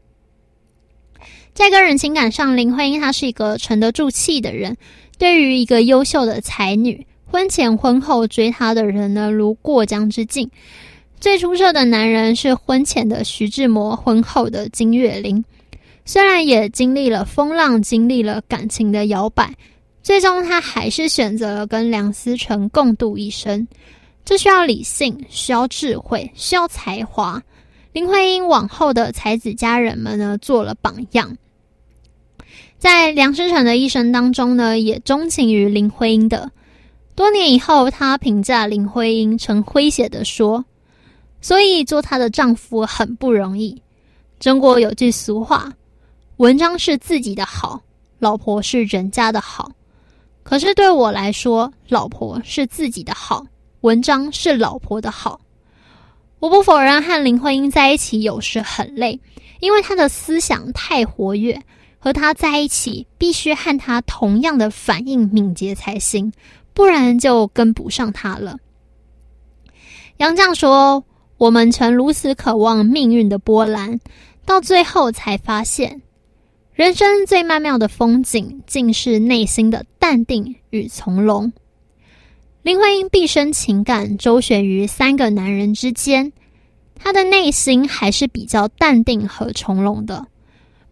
在个人情感上，林徽因她是一个沉得住气的人，对于一个优秀的才女，婚前婚后追她的人呢，如过江之鲫。最出色的男人是婚前的徐志摩，婚后的金岳霖。虽然也经历了风浪，经历了感情的摇摆，最终他还是选择了跟梁思成共度一生。这需要理性，需要智慧，需要才华。林徽因往后的才子佳人们呢，做了榜样。在梁思成的一生当中呢，也钟情于林徽因的。多年以后，他评价林徽因曾诙谐地说：所以做她的丈夫很不容易。中国有句俗话，文章是自己的好，老婆是人家的好。可是对我来说，老婆是自己的好，文章是老婆的好。我不否认和林徽因在一起有时很累，因为她的思想太活跃，和她在一起必须和她同样的反应敏捷才行，不然就跟不上她了。杨绛说，我们曾如此渴望命运的波澜，到最后才发现，人生最曼妙的风景，竟是内心的淡定与从容。林徽因毕生情感周旋于3个男人之间，她的内心还是比较淡定和从容的。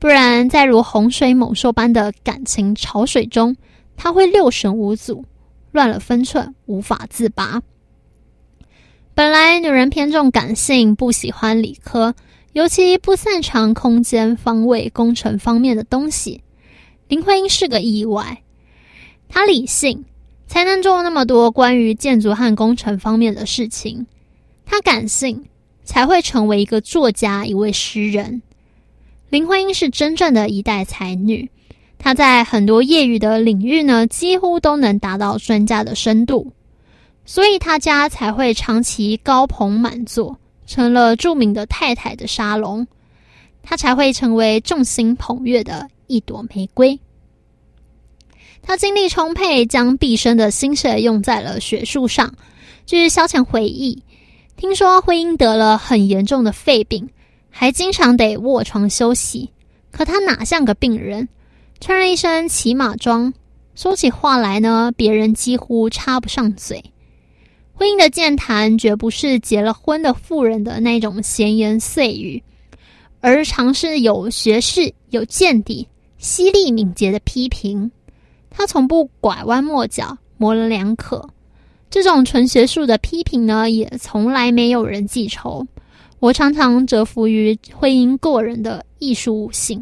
不然在如洪水猛兽般的感情潮水中，他会六神无主，乱了分寸，无法自拔。本来女人偏重感性，不喜欢理科，尤其不擅长空间、方位、工程方面的东西。林徽因是个意外，她理性，才能做那么多关于建筑和工程方面的事情；她感性，才会成为一个作家、一位诗人。林徽因是真正的一代才女，她在很多业余的领域呢，几乎都能达到专家的深度。所以他家才会长期高朋满座，成了著名的太太的沙龙，他才会成为众星捧月的一朵玫瑰。他精力充沛，将毕生的心血用在了学术上。据萧乾回忆，听说徽因得了很严重的肺病，还经常得卧床休息。可他哪像个病人，穿了一身骑马装，说起话来呢，别人几乎插不上嘴。徽因的健谈绝不是结了婚的妇人的那种闲言碎语，而常是有学识、有见地、犀利敏捷的批评。他从不拐弯抹角、模棱两可。这种纯学术的批评呢，也从来没有人记仇。我常常折服于徽因个人的艺术悟性。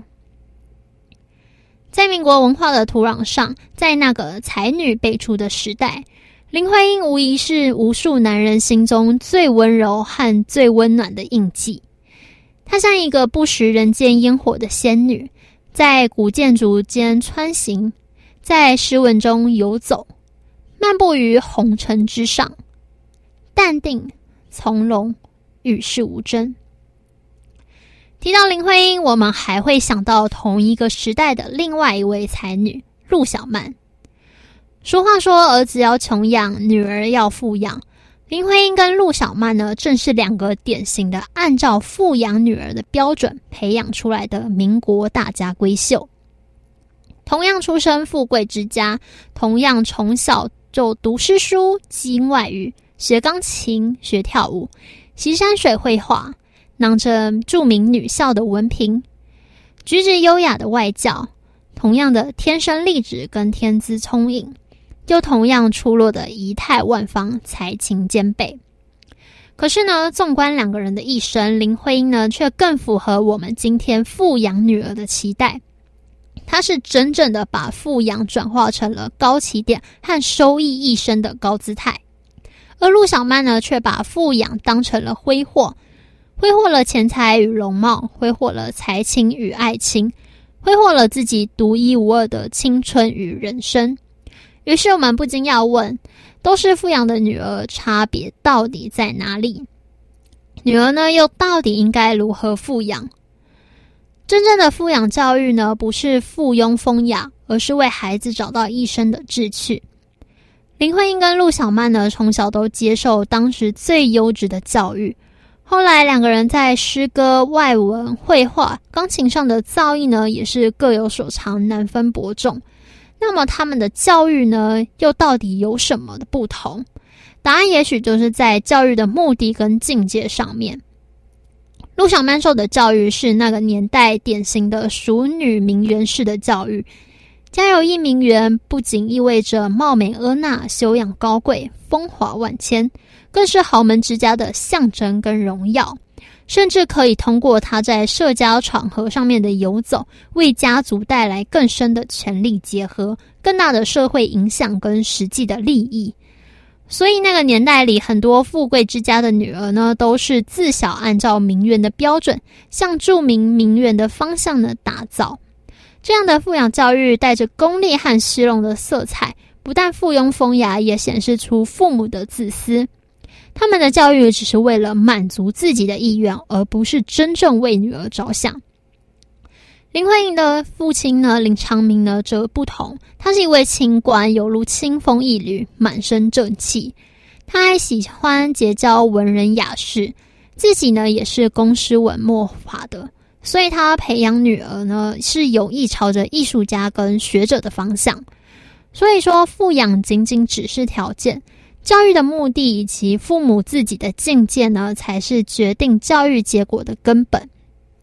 在民国文化的土壤上，在那个才女辈出的时代，林徽因无疑是无数男人心中最温柔和最温暖的印记。她像一个不食人间烟火的仙女，在古建筑间穿行，在诗文中游走，漫步于红尘之上，淡定从容，与世无争。提到林徽因，我们还会想到同一个时代的另外一位才女陆小曼。俗话说，儿子要穷养，女儿要富养。林徽因跟陆小曼呢，正是两个典型的按照富养女儿的标准培养出来的民国大家闺秀。同样出身富贵之家，同样从小就读诗书、精外语，学钢琴、学跳舞，习山水绘画，囊着著名女校的文凭，举止优雅的外教，同样的天生丽质跟天资聪颖，又同样出落的仪态万方，才情兼备。可是呢，纵观两个人的一生，林徽因呢，却更符合我们今天富养女儿的期待。她是真正的把富养转化成了高起点和收益一生的高姿态，而陆小曼呢，却把富养当成了挥霍，挥霍了钱财与容貌，挥霍了才情与爱情，挥霍了自己独一无二的青春与人生。于是我们不禁要问，都是富养的女儿，差别到底在哪里？女儿呢，又到底应该如何富养？真正的富养教育呢，不是附庸风雅，而是为孩子找到一生的志趣。林徽因跟陆小曼呢，从小都接受当时最优质的教育，后来两个人在诗歌、外文、绘画、钢琴上的造诣呢，也是各有所长，难分伯仲。那么他们的教育呢，又到底有什么的不同？答案也许就是在教育的目的跟境界上面。陆小曼受的教育是那个年代典型的淑女名媛式的教育，家有一名媛不仅意味着貌美婀娜、修养高贵、风华万千，更是豪门之家的象征跟荣耀，甚至可以通过她在社交场合上面的游走，为家族带来更深的权力结合、更大的社会影响跟实际的利益。所以那个年代里，很多富贵之家的女儿呢，都是自小按照名媛的标准，向著名名媛的方向呢打造。这样的富养教育带着功利和虚荣的色彩，不但附庸风雅，也显示出父母的自私。他们的教育只是为了满足自己的意愿，而不是真正为女儿着想。林徽因的父亲呢，林长民呢则不同，他是一位清官，犹如清风一缕，满身正气。他还喜欢结交文人雅士，自己呢也是工诗文墨法的，所以他培养女儿呢是有意朝着艺术家跟学者的方向。所以说，富养仅仅只是条件，教育的目的以及父母自己的境界呢，才是决定教育结果的根本。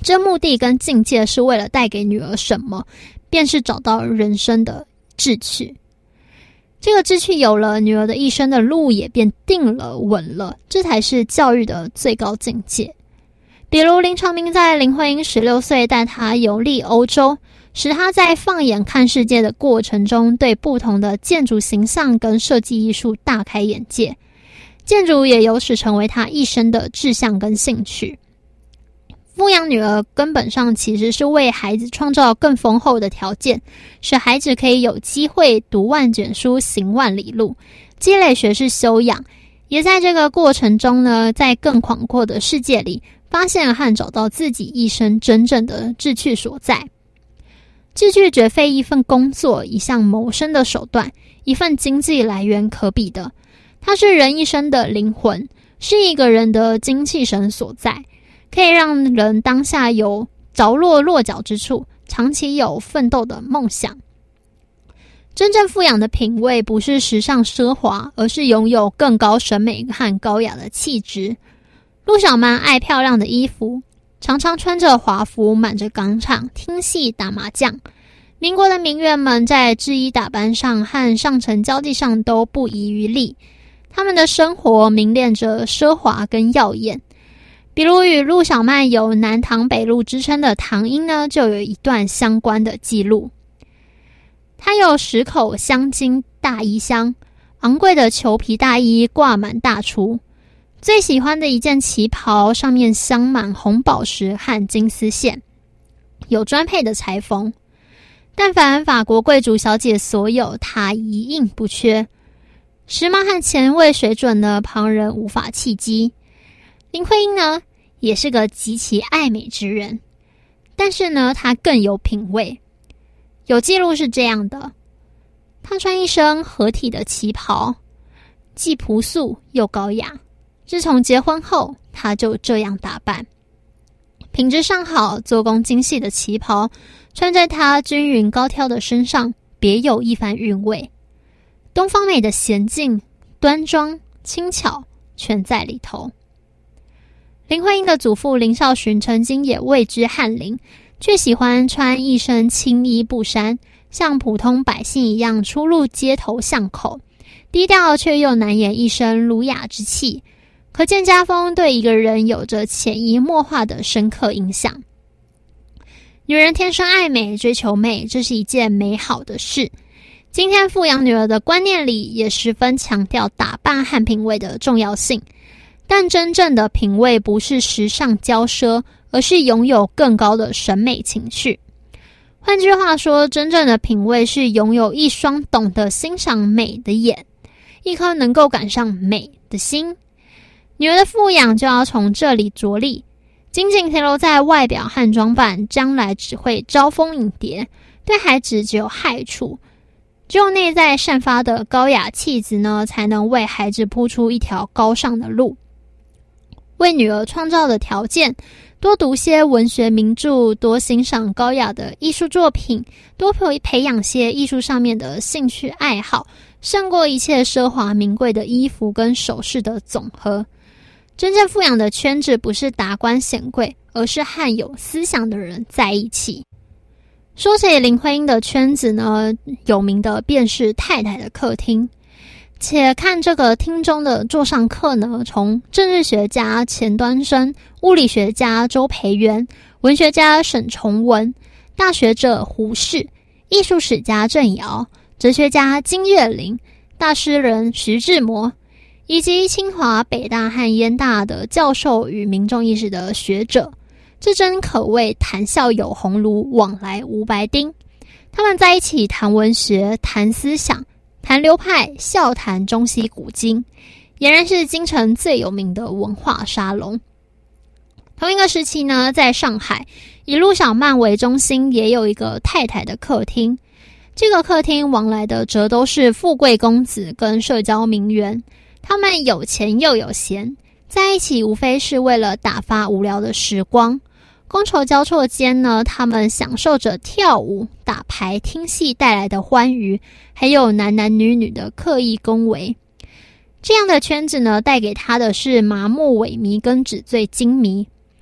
这目的跟境界是为了带给女儿什么，便是找到人生的志趣。这个志趣有了，女儿的一生的路也便定了稳了，这才是教育的最高境界。比如林长民在林徽因16岁带她游历欧洲，使她在放眼看世界的过程中，对不同的建筑形象跟设计艺术大开眼界，建筑也由此成为她一生的志向跟兴趣。富养女儿根本上其实是为孩子创造更丰厚的条件，使孩子可以有机会读万卷书行万里路，积累学识修养，也在这个过程中呢，在更广阔的世界里发现和找到自己一生真正的志趣所在。志趣绝非一份工作，一项谋生的手段，一份经济来源可比的，它是人一生的灵魂，是一个人的精气神所在，可以让人当下有着落脚之处，长期有奋斗的梦想。真正富养的品味不是时尚奢华，而是拥有更高审美和高雅的气质。陆小曼爱漂亮的衣服，常常穿着华服满着港场听戏打麻将。民国的名媛们在制衣打扮上和上层交际上都不遗余力，他们的生活明恋着奢华跟耀眼。比如与陆小曼有南唐北陆之称的唐英呢，就有一段相关的记录。他有10口镶金大衣箱，昂贵的裘皮大衣挂满大橱，最喜欢的一件旗袍上面镶满红宝石和金丝线，有专配的裁缝。但凡法国贵族小姐所有，他一应不缺。时髦和前卫水准呢，旁人无法企及。林徽因呢，也是个极其爱美之人，但是呢，她更有品味。有记录是这样的，她穿一身合体的旗袍，既朴素又高雅。自从结婚后，她就这样打扮，品质上好、做工精细的旗袍，穿在她均匀高挑的身上，别有一番韵味。东方美的娴静、端庄、轻巧，全在里头。林徽因的祖父林少询曾经也位居翰林，却喜欢穿一身青衣布衫，像普通百姓一样出入街头巷口，低调却又难掩一身儒雅之气。可见家风对一个人有着潜移默化的深刻影响。女人天生爱美，追求美，这是一件美好的事。今天富养女儿的观念里也十分强调打扮和品味的重要性。但真正的品味不是时尚骄奢，而是拥有更高的审美情趣。换句话说，真正的品味是拥有一双懂得欣赏美的眼，一颗能够感上美的心。女儿的富养就要从这里着力，仅仅停留在外表和装扮，将来只会招蜂引蝶，对孩子只有害处。只有内在散发的高雅气质呢，才能为孩子铺出一条高尚的路。为女儿创造的条件，多读些文学名著，多欣赏高雅的艺术作品，多培养些艺术上面的兴趣爱好，胜过一切奢华名贵的衣服跟首饰的总和。真正富养的圈子不是达官显贵，而是和有思想的人在一起。说起林徽因的圈子呢，有名的便是太太的客厅。且看这个厅中的座上客呢，从政治学家钱端升、物理学家周培源、文学家沈从文、大学者胡适、艺术史家郑尧、哲学家金岳霖、大诗人徐志摩，以及清华、北大和燕大的教授与民众意识的学者，这真可谓谈笑有鸿儒，往来无白丁。他们在一起谈文学、谈思想、谈流派，笑谈中西古今，俨然是京城最有名的文化沙龙。同一个时期呢，在上海以陆小曼为中心，也有一个太太的客厅。这个客厅往来的则都是富贵公子跟社交名媛，他们有钱又有闲，在一起无非是为了打发无聊的时光。觥筹交错间呢，他们享受着跳舞、打牌、听戏带来的欢愉，还有男男女女的刻意恭维。这样的圈子呢，带给他的是麻木萎靡跟纸醉金迷。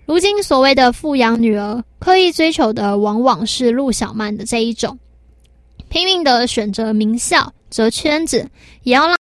如今所谓的富养女儿，刻意追求的往往是陆小曼的这一种，拼命的选择名校、择圈子，也要让